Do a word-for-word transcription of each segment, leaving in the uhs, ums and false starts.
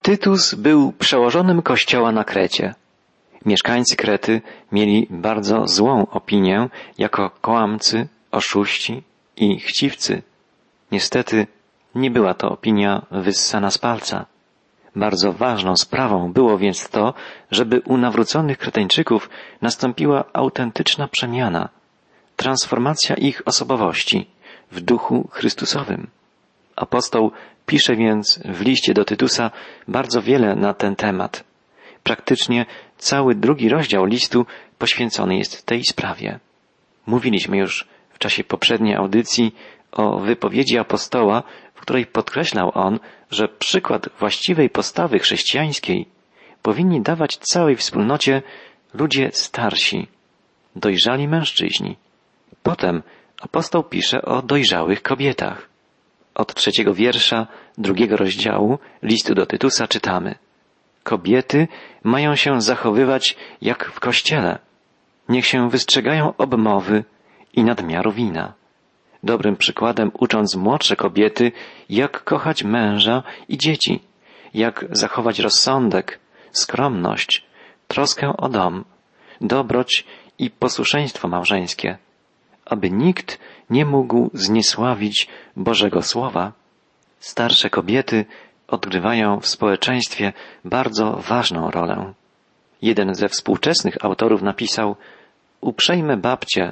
Tytus był przełożonym kościoła na Krecie. Mieszkańcy Krety mieli bardzo złą opinię jako kłamcy, oszuści i chciwcy. Niestety nie była to opinia wyssana z palca. Bardzo ważną sprawą było więc to, żeby u nawróconych Kreteńczyków nastąpiła autentyczna przemiana, transformacja ich osobowości w duchu Chrystusowym. Apostoł pisze więc w liście do Tytusa bardzo wiele na ten temat. Praktycznie cały drugi rozdział listu poświęcony jest tej sprawie. Mówiliśmy już w czasie poprzedniej audycji o wypowiedzi apostoła, w której podkreślał on, że przykład właściwej postawy chrześcijańskiej powinni dawać całej wspólnocie ludzie starsi, dojrzali mężczyźni. Potem apostoł pisze o dojrzałych kobietach. Od trzeciego wiersza drugiego rozdziału listu do Tytusa czytamy: kobiety mają się zachowywać jak w kościele. Niech się wystrzegają obmowy i nadmiaru wina. Dobrym przykładem ucząc młodsze kobiety, jak kochać męża i dzieci, jak zachować rozsądek, skromność, troskę o dom, dobroć i posłuszeństwo małżeńskie, aby nikt nie mógł zniesławić Bożego Słowa. Starsze kobiety odgrywają w społeczeństwie bardzo ważną rolę. Jeden ze współczesnych autorów napisał: uprzejme babcie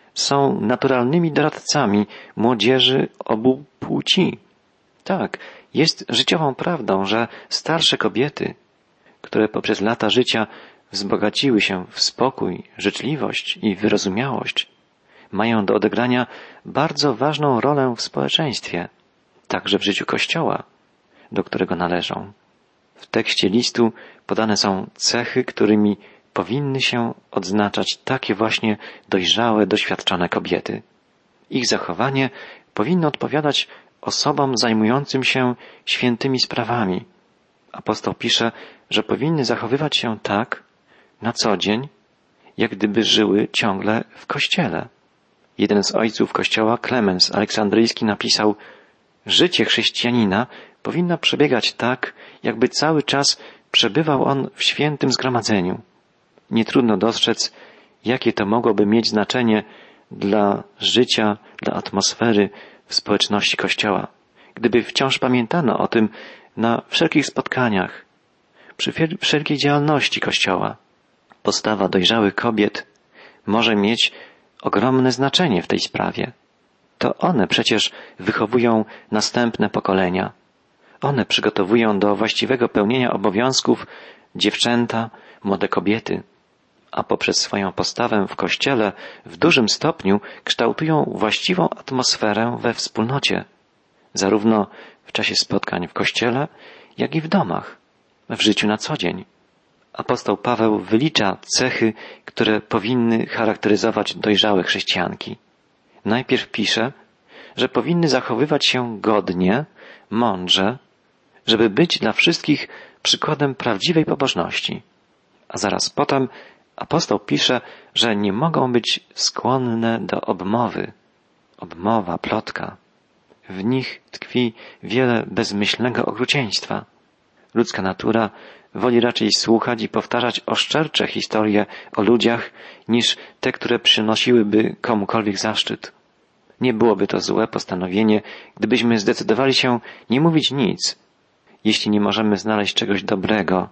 są naturalnymi doradcami młodzieży obu płci. Tak, jest życiową prawdą, że starsze kobiety, które poprzez lata życia wzbogaciły się w spokój, życzliwość i wyrozumiałość, mają do odegrania bardzo ważną rolę w społeczeństwie, także w życiu Kościoła, do którego należą. W tekście listu podane są cechy, którymi powinny się odznaczać takie właśnie dojrzałe, doświadczone kobiety. Ich zachowanie powinno odpowiadać osobom zajmującym się świętymi sprawami. Apostoł pisze, że powinny zachowywać się tak na co dzień, jak gdyby żyły ciągle w Kościele. Jeden z ojców Kościoła, Klemens Aleksandryjski, napisał: życie chrześcijanina powinno przebiegać tak, jakby cały czas przebywał on w świętym zgromadzeniu. Nie trudno dostrzec, jakie to mogłoby mieć znaczenie dla życia, dla atmosfery w społeczności Kościoła, gdyby wciąż pamiętano o tym na wszelkich spotkaniach, przy wszelkiej działalności Kościoła. Postawa dojrzałych kobiet może mieć ogromne znaczenie w tej sprawie. To one przecież wychowują następne pokolenia. One przygotowują do właściwego pełnienia obowiązków dziewczęta, młode kobiety, a poprzez swoją postawę w Kościele w dużym stopniu kształtują właściwą atmosferę we wspólnocie, zarówno w czasie spotkań w Kościele, jak i w domach, w życiu na co dzień. Apostoł Paweł wylicza cechy, które powinny charakteryzować dojrzałe chrześcijanki. Najpierw pisze, że powinny zachowywać się godnie, mądrze, żeby być dla wszystkich przykładem prawdziwej pobożności. A zaraz potem apostoł pisze, że nie mogą być skłonne do obmowy. Obmowa, plotka. W nich tkwi wiele bezmyślnego okrucieństwa. Ludzka natura woli raczej słuchać i powtarzać oszczercze historie o ludziach, niż te, które przynosiłyby komukolwiek zaszczyt. Nie byłoby to złe postanowienie, gdybyśmy zdecydowali się nie mówić nic, jeśli nie możemy znaleźć czegoś dobrego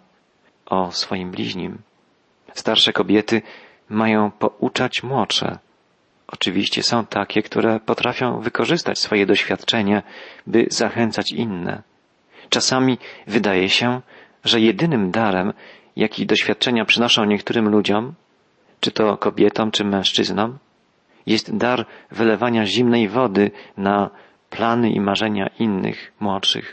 o swoim bliźnim. Starsze kobiety mają pouczać młodsze. Oczywiście są takie, które potrafią wykorzystać swoje doświadczenie, by zachęcać inne. Czasami wydaje się, że jedynym darem, jaki doświadczenia przynoszą niektórym ludziom, czy to kobietom, czy mężczyznom, jest dar wylewania zimnej wody na plany i marzenia innych, młodszych.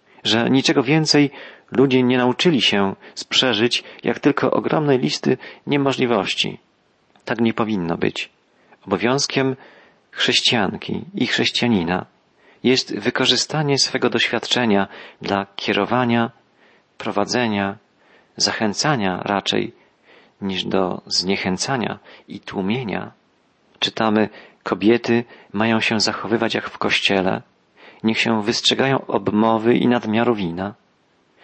Że niczego więcej ludzie nie nauczyli się sprzeżyć, jak tylko ogromnej listy niemożliwości. Tak nie powinno być. Obowiązkiem chrześcijanki i chrześcijanina jest wykorzystanie swego doświadczenia dla kierowania, prowadzenia, zachęcania raczej, niż do zniechęcania i tłumienia. Czytamy: kobiety mają się zachowywać jak w Kościele, niech się wystrzegają obmowy i nadmiaru wina.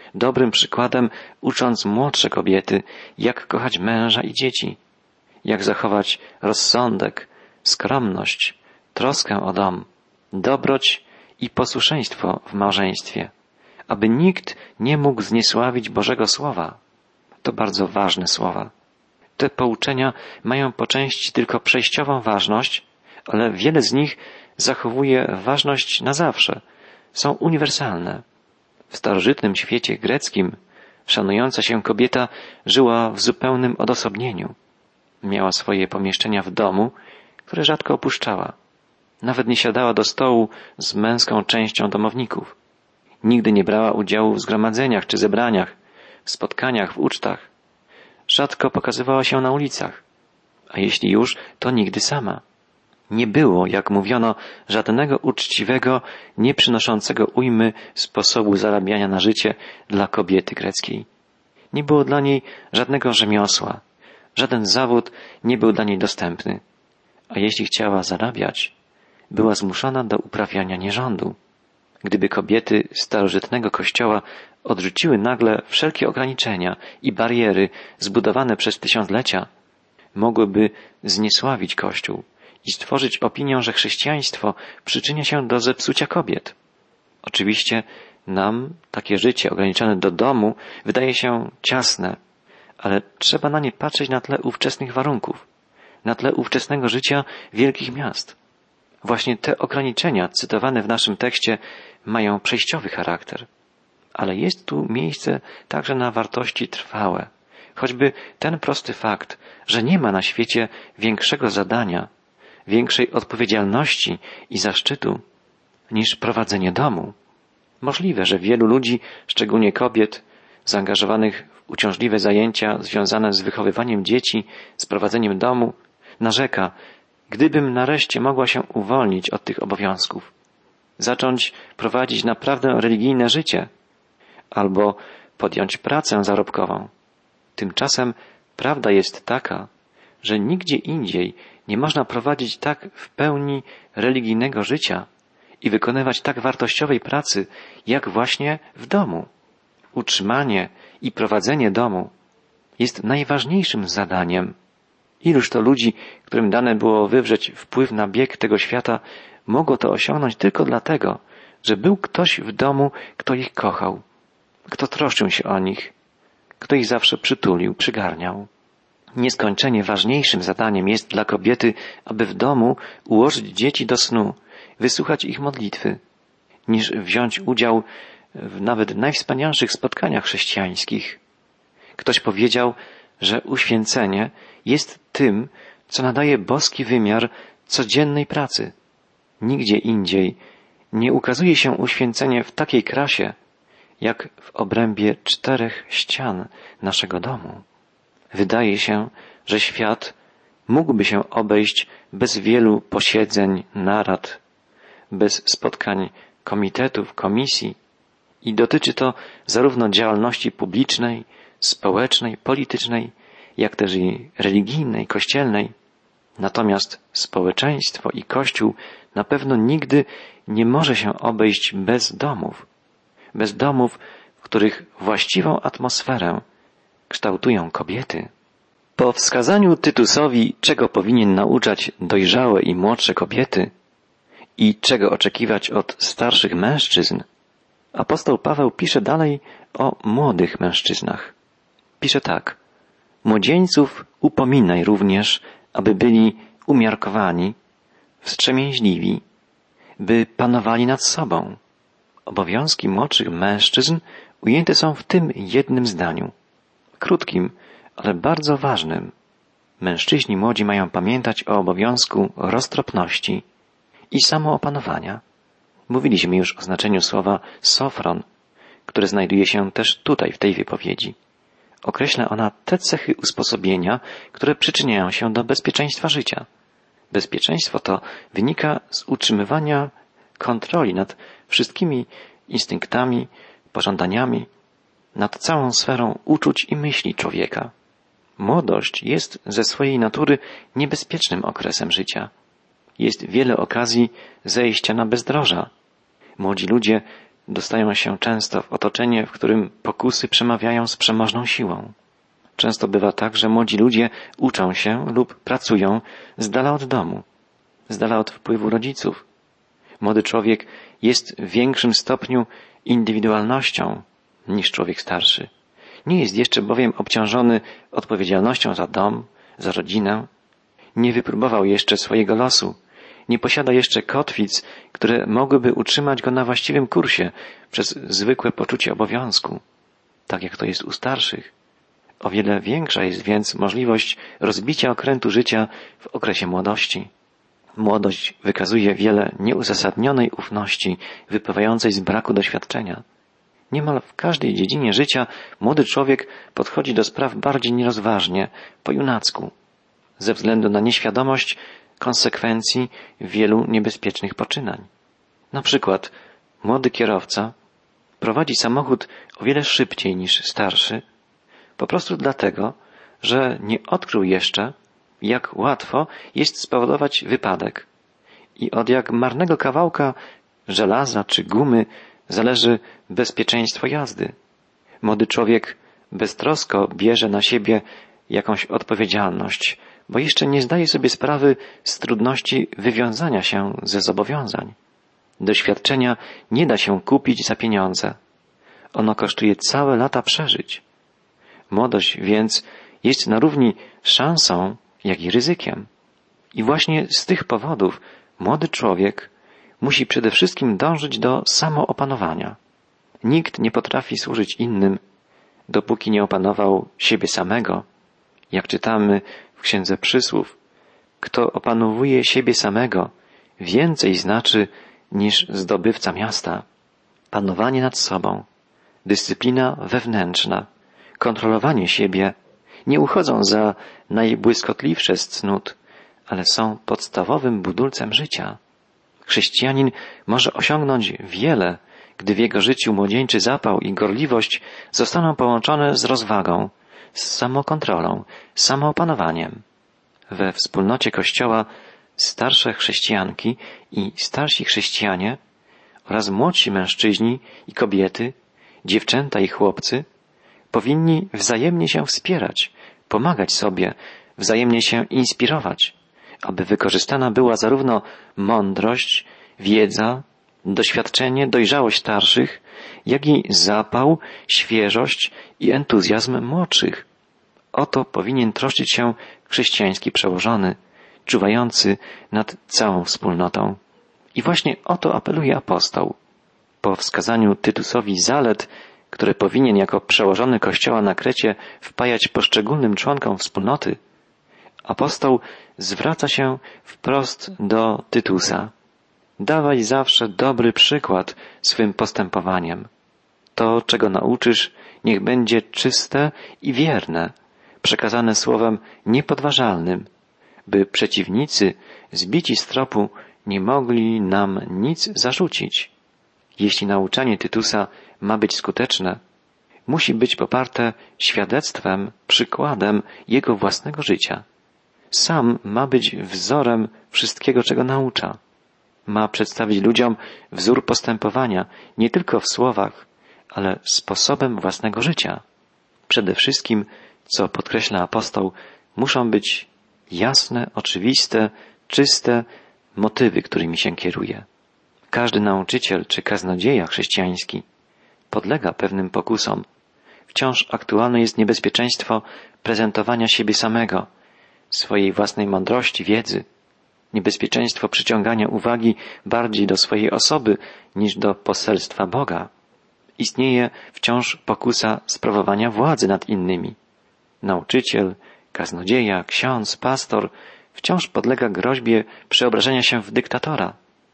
dobrym przykładem ucząc młodsze kobiety, jak kochać męża i dzieci, jak zachować rozsądek, skromność, troskę o dom, dobroć i posłuszeństwo w małżeństwie, aby nikt nie mógł zniesławić Bożego Słowa. To bardzo ważne słowa. Te pouczenia mają po części tylko przejściową ważność, ale wiele z nich zachowuje ważność na zawsze. Są uniwersalne. W starożytnym świecie greckim szanująca się kobieta żyła w zupełnym odosobnieniu. Miała swoje pomieszczenia w domu, które rzadko opuszczała. Nawet nie siadała do stołu z męską częścią domowników. Nigdy nie brała udziału w zgromadzeniach czy zebraniach, w spotkaniach, w ucztach. Rzadko pokazywała się na ulicach, a jeśli już, to nigdy sama. Nie było, jak mówiono, żadnego uczciwego, nie przynoszącego ujmy sposobu zarabiania na życie dla kobiety greckiej. Nie było dla niej żadnego rzemiosła, żaden zawód nie był dla niej dostępny, a jeśli chciała zarabiać, była zmuszona do uprawiania nierządu. Gdyby kobiety starożytnego kościoła odrzuciły nagle wszelkie ograniczenia i bariery zbudowane przez tysiąclecia, mogłyby zniesławić Kościół i stworzyć opinię, że chrześcijaństwo przyczynia się do zepsucia kobiet. Oczywiście nam takie życie ograniczone do domu wydaje się ciasne, ale trzeba na nie patrzeć na tle ówczesnych warunków, na tle ówczesnego życia wielkich miast. Właśnie te ograniczenia cytowane w naszym tekście mają przejściowy charakter, ale jest tu miejsce także na wartości trwałe. Choćby ten prosty fakt, że nie ma na świecie większego zadania, większej odpowiedzialności i zaszczytu niż prowadzenie domu. Możliwe, że wielu ludzi, szczególnie kobiet, zaangażowanych w uciążliwe zajęcia związane z wychowywaniem dzieci, z prowadzeniem domu, narzeka: gdybym nareszcie mogła się uwolnić od tych obowiązków, zacząć prowadzić naprawdę religijne życie, albo podjąć pracę zarobkową. Tymczasem prawda jest taka, że nigdzie indziej nie można prowadzić tak w pełni religijnego życia i wykonywać tak wartościowej pracy, jak właśnie w domu. Utrzymanie i prowadzenie domu jest najważniejszym zadaniem. Iluż to ludzi, którym dane było wywrzeć wpływ na bieg tego świata, mogło to osiągnąć tylko dlatego, że był ktoś w domu, kto ich kochał, kto troszczył się o nich, kto ich zawsze przytulił, przygarniał. Nieskończenie ważniejszym zadaniem jest dla kobiety, aby w domu ułożyć dzieci do snu, wysłuchać ich modlitwy, niż wziąć udział w nawet najwspanialszych spotkaniach chrześcijańskich. Ktoś powiedział, że uświęcenie jest tym, co nadaje boski wymiar codziennej pracy. Nigdzie indziej nie ukazuje się uświęcenie w takiej krasie, jak w obrębie czterech ścian naszego domu. Wydaje się, że świat mógłby się obejść bez wielu posiedzeń, narad, bez spotkań komitetów, komisji i dotyczy to zarówno działalności publicznej, społecznej, politycznej, jak też i religijnej, kościelnej. Natomiast społeczeństwo i Kościół na pewno nigdy nie może się obejść bez domów. Bez domów, w których właściwą atmosferę kształtują kobiety. Po wskazaniu Tytusowi, czego powinien nauczać dojrzałe i młodsze kobiety i czego oczekiwać od starszych mężczyzn, apostoł Paweł pisze dalej o młodych mężczyznach. Pisze tak: młodzieńców upominaj również, aby byli umiarkowani, wstrzemięźliwi, by panowali nad sobą. Obowiązki młodszych mężczyzn ujęte są w tym jednym zdaniu, krótkim, ale bardzo ważnym. Mężczyźni młodzi mają pamiętać o obowiązku roztropności i samoopanowania. Mówiliśmy już o znaczeniu słowa sofron, które znajduje się też tutaj w tej wypowiedzi. Określa ona te cechy usposobienia, które przyczyniają się do bezpieczeństwa życia. Bezpieczeństwo to wynika z utrzymywania kontroli nad wszystkimi instynktami, pożądaniami, nad całą sferą uczuć i myśli człowieka. Młodość jest ze swojej natury niebezpiecznym okresem życia. Jest wiele okazji zejścia na bezdroża. Młodzi ludzie dostają się często w otoczenie, w którym pokusy przemawiają z przemożną siłą. Często bywa tak, że młodzi ludzie uczą się lub pracują z dala od domu, z dala od wpływu rodziców. Młody człowiek jest w większym stopniu indywidualnością niż człowiek starszy. Nie jest jeszcze bowiem obciążony odpowiedzialnością za dom, za rodzinę. Nie wypróbował jeszcze swojego losu. Nie posiada jeszcze kotwic, które mogłyby utrzymać go na właściwym kursie przez zwykłe poczucie obowiązku, tak jak to jest u starszych. O wiele większa jest więc możliwość rozbicia okrętu życia w okresie młodości. Młodość wykazuje wiele nieuzasadnionej ufności wypływającej z braku doświadczenia. Niemal w każdej dziedzinie życia młody człowiek podchodzi do spraw bardziej nierozważnie, po junacku, ze względu na nieświadomość konsekwencji wielu niebezpiecznych poczynań. Na przykład młody kierowca prowadzi samochód o wiele szybciej niż starszy, po prostu dlatego, że nie odkrył jeszcze, jak łatwo jest spowodować wypadek i od jak marnego kawałka żelaza czy gumy zależy bezpieczeństwo jazdy. Młody człowiek beztrosko bierze na siebie jakąś odpowiedzialność, bo jeszcze nie zdaje sobie sprawy z trudności wywiązania się ze zobowiązań. Doświadczenia nie da się kupić za pieniądze. Ono kosztuje całe lata przeżyć. Młodość więc jest na równi szansą, jak i ryzykiem. I właśnie z tych powodów młody człowiek musi przede wszystkim dążyć do samoopanowania. Nikt nie potrafi służyć innym, dopóki nie opanował siebie samego. Jak czytamy w Księdze Przysłów, kto opanowuje siebie samego, więcej znaczy niż zdobywca miasta. Panowanie nad sobą, dyscyplina wewnętrzna, kontrolowanie siebie nie uchodzą za najbłyskotliwsze z cnót, ale są podstawowym budulcem życia. Chrześcijanin może osiągnąć wiele, gdy w jego życiu młodzieńczy zapał i gorliwość zostaną połączone z rozwagą, z samokontrolą, z samoopanowaniem. We wspólnocie Kościoła starsze chrześcijanki i starsi chrześcijanie oraz młodsi mężczyźni i kobiety, dziewczęta i chłopcy powinni wzajemnie się wspierać, pomagać sobie, wzajemnie się inspirować, aby wykorzystana była zarówno mądrość, wiedza, doświadczenie, dojrzałość starszych, jak i zapał, świeżość i entuzjazm młodszych. O to powinien troszczyć się chrześcijański przełożony, czuwający nad całą wspólnotą. I właśnie o to apeluje apostoł. Po wskazaniu Tytusowi zalet, które powinien jako przełożony Kościoła na Krecie wpajać poszczególnym członkom wspólnoty, apostoł zwraca się wprost do Tytusa. Dawaj zawsze dobry przykład swym postępowaniem. To, czego nauczysz, niech będzie czyste i wierne, przekazane słowem niepodważalnym, by przeciwnicy zbici z tropu nie mogli nam nic zarzucić. Jeśli nauczanie Tytusa ma być skuteczne, musi być poparte świadectwem, przykładem jego własnego życia. Sam ma być wzorem wszystkiego, czego naucza. Ma przedstawić ludziom wzór postępowania nie tylko w słowach, ale sposobem własnego życia. Przede wszystkim, co podkreśla apostoł, muszą być jasne, oczywiste, czyste motywy, którymi się kieruje. Każdy nauczyciel czy kaznodzieja chrześcijański podlega pewnym pokusom. Wciąż aktualne jest niebezpieczeństwo prezentowania siebie samego, swojej własnej mądrości, wiedzy, niebezpieczeństwo przyciągania uwagi bardziej do swojej osoby niż do poselstwa Boga. Istnieje wciąż pokusa sprawowania władzy nad innymi. Nauczyciel, kaznodzieja, ksiądz, pastor wciąż podlega groźbie przeobrażenia się w dyktatora.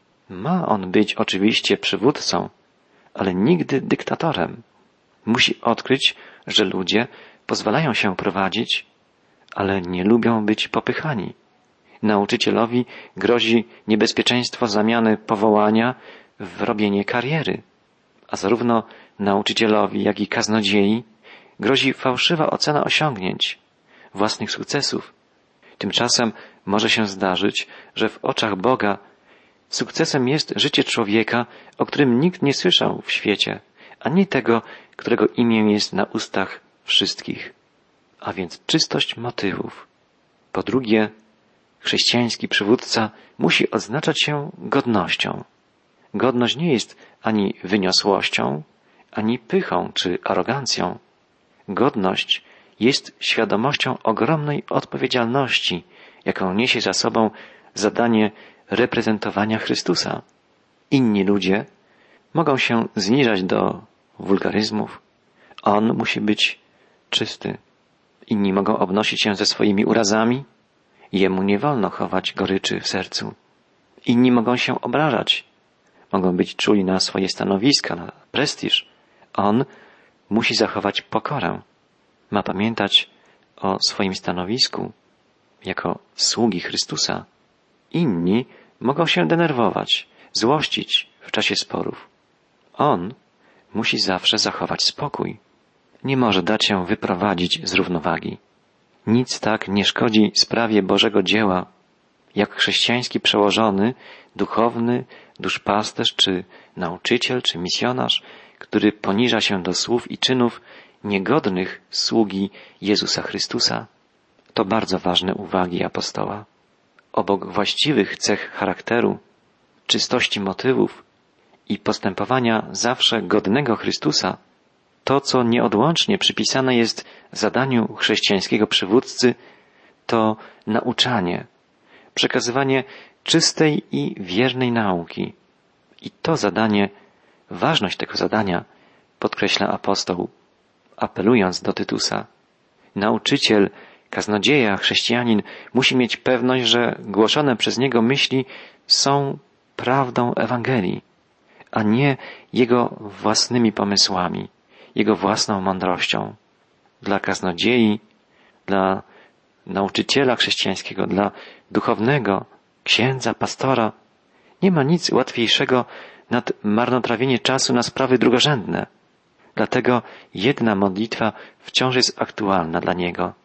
Ma on być oczywiście przywódcą, ale nigdy dyktatorem. Musi odkryć, że ludzie pozwalają się prowadzić, ale nie lubią być popychani. Nauczycielowi grozi niebezpieczeństwo zamiany powołania w robienie kariery, a zarówno nauczycielowi, jak i kaznodziei grozi fałszywa ocena osiągnięć, własnych sukcesów. Tymczasem może się zdarzyć, że w oczach Boga Sukcesem jest życie człowieka, o którym nikt nie słyszał w świecie, a nie tego, którego imię jest na ustach wszystkich. A więc czystość motywów. Po drugie, chrześcijański przywódca musi odznaczać się godnością. Godność nie jest ani wyniosłością, ani pychą czy arogancją. Godność jest świadomością ogromnej odpowiedzialności, jaką niesie za sobą zadanie reprezentowania Chrystusa. Inni ludzie mogą się zniżać do wulgaryzmów. On musi być czysty. Inni mogą obnosić się ze swoimi urazami. Jemu nie wolno chować goryczy w sercu. Inni mogą się obrażać. Mogą być czuli na swoje stanowiska, na prestiż. On musi zachować pokorę. Ma pamiętać o swoim stanowisku jako sługi Chrystusa. Inni mogą się denerwować, złościć w czasie sporów. On musi zawsze zachować spokój. Nie może dać się wyprowadzić z równowagi. Nic tak nie szkodzi sprawie Bożego dzieła, jak chrześcijański przełożony, duchowny, duszpasterz, czy nauczyciel, czy misjonarz, który poniża się do słów i czynów niegodnych sługi Jezusa Chrystusa. To bardzo ważne uwagi apostoła. Obok właściwych cech charakteru, czystości motywów i postępowania zawsze godnego Chrystusa, to, co nieodłącznie przypisane jest zadaniu chrześcijańskiego przywódcy, to nauczanie, przekazywanie czystej i wiernej nauki. I to zadanie, ważność tego zadania podkreśla apostoł, apelując do Tytusa. Nauczyciel, kaznodzieja, chrześcijanin musi mieć pewność, że głoszone przez niego myśli są prawdą Ewangelii, a nie jego własnymi pomysłami, jego własną mądrością. Dla kaznodziei, dla nauczyciela chrześcijańskiego, dla duchownego, księdza, pastora nie ma nic łatwiejszego nad marnotrawienie czasu na sprawy drugorzędne. Dlatego jedna modlitwa wciąż jest aktualna dla niego.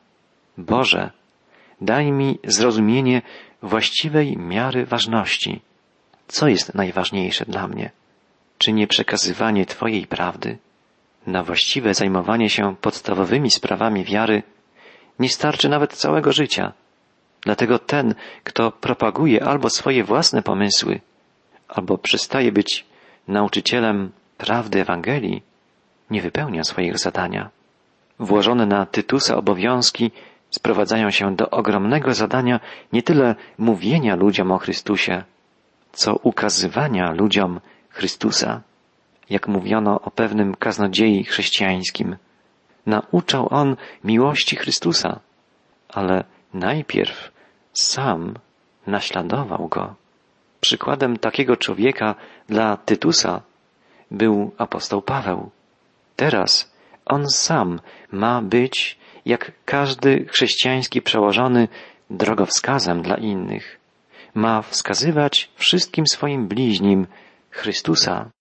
Boże, daj mi zrozumienie właściwej miary ważności. Co jest najważniejsze dla mnie? Czy nie przekazywanie Twojej prawdy? Na właściwe zajmowanie się podstawowymi sprawami wiary nie starczy nawet całego życia. Dlatego ten, kto propaguje albo swoje własne pomysły, albo przestaje być nauczycielem prawdy Ewangelii, nie wypełnia swojego zadania. Włożone na Tytusa obowiązki sprowadzają się do ogromnego zadania nie tyle mówienia ludziom o Chrystusie, co ukazywania ludziom Chrystusa. Jak mówiono o pewnym kaznodziei chrześcijańskim, nauczał on miłości Chrystusa, ale najpierw sam naśladował go. Przykładem takiego człowieka dla Tytusa był apostoł Paweł. Teraz on sam ma być, jak każdy chrześcijański przełożony, drogowskazem dla innych. Ma wskazywać wszystkim swoim bliźnim Chrystusa.